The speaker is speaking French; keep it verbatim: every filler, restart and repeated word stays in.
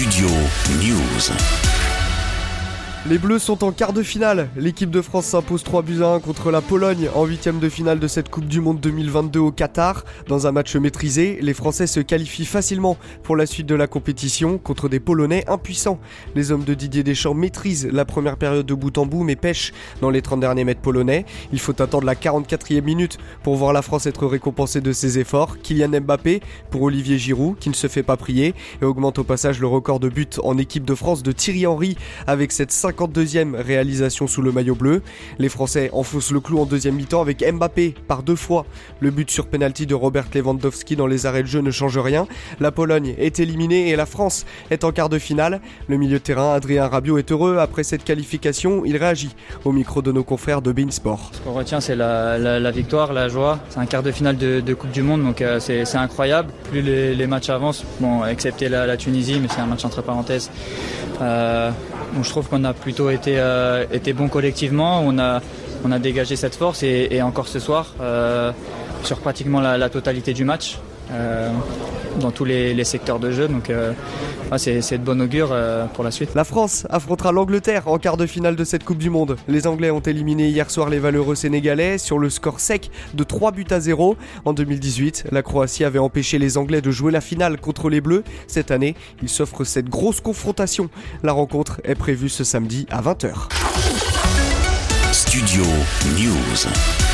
Studio News. Les Bleus sont en quart de finale. L'équipe de France s'impose trois buts à un contre la Pologne en huitième de finale de cette Coupe du Monde deux mille vingt-deux au Qatar. Dans un match maîtrisé, les Français se qualifient facilement pour la suite de la compétition contre des Polonais impuissants. Les hommes de Didier Deschamps maîtrisent la première période de bout en bout mais pêchent dans les trente derniers mètres polonais. Il faut attendre la quarante-quatrième minute pour voir la France être récompensée de ses efforts. Kylian Mbappé pour Olivier Giroud qui ne se fait pas prier et augmente au passage le record de buts en équipe de France de Thierry Henry avec cette cinquante-deuxième réalisation sous le maillot bleu. Les Français enfoncent le clou en deuxième mi-temps avec Mbappé par deux fois. Le but sur pénalty de Robert Lewandowski dans les arrêts de jeu ne change rien. La Pologne est éliminée et la France est en quart de finale. Le milieu de terrain Adrien Rabiot est heureux après cette qualification. Il réagit au micro de nos confrères de beIN Sport. Ce qu'on retient, c'est la, la, la victoire, la joie. C'est un quart de finale de, de Coupe du Monde, donc euh, c'est, c'est incroyable. Plus les, les matchs avancent, bon, excepté la, la Tunisie, mais c'est un match entre parenthèses. Euh, bon, je trouve qu'on a plutôt été, euh, été bon collectivement. On a, on a dégagé cette force et, et encore ce soir, euh, sur pratiquement la, la totalité du match, euh, dans tous les, les secteurs de jeu. Donc euh, c'est, c'est de bon augure euh, pour la suite. La France affrontera l'Angleterre en quart de finale de cette Coupe du Monde. Les Anglais ont éliminé hier soir les valeureux Sénégalais sur le score sec de trois buts à zéro. En deux mille dix-huit, la Croatie avait empêché les Anglais de jouer la finale contre les Bleus. Cette année, ils s'offrent cette grosse confrontation. La rencontre est prévue ce samedi à vingt heures. Studio News.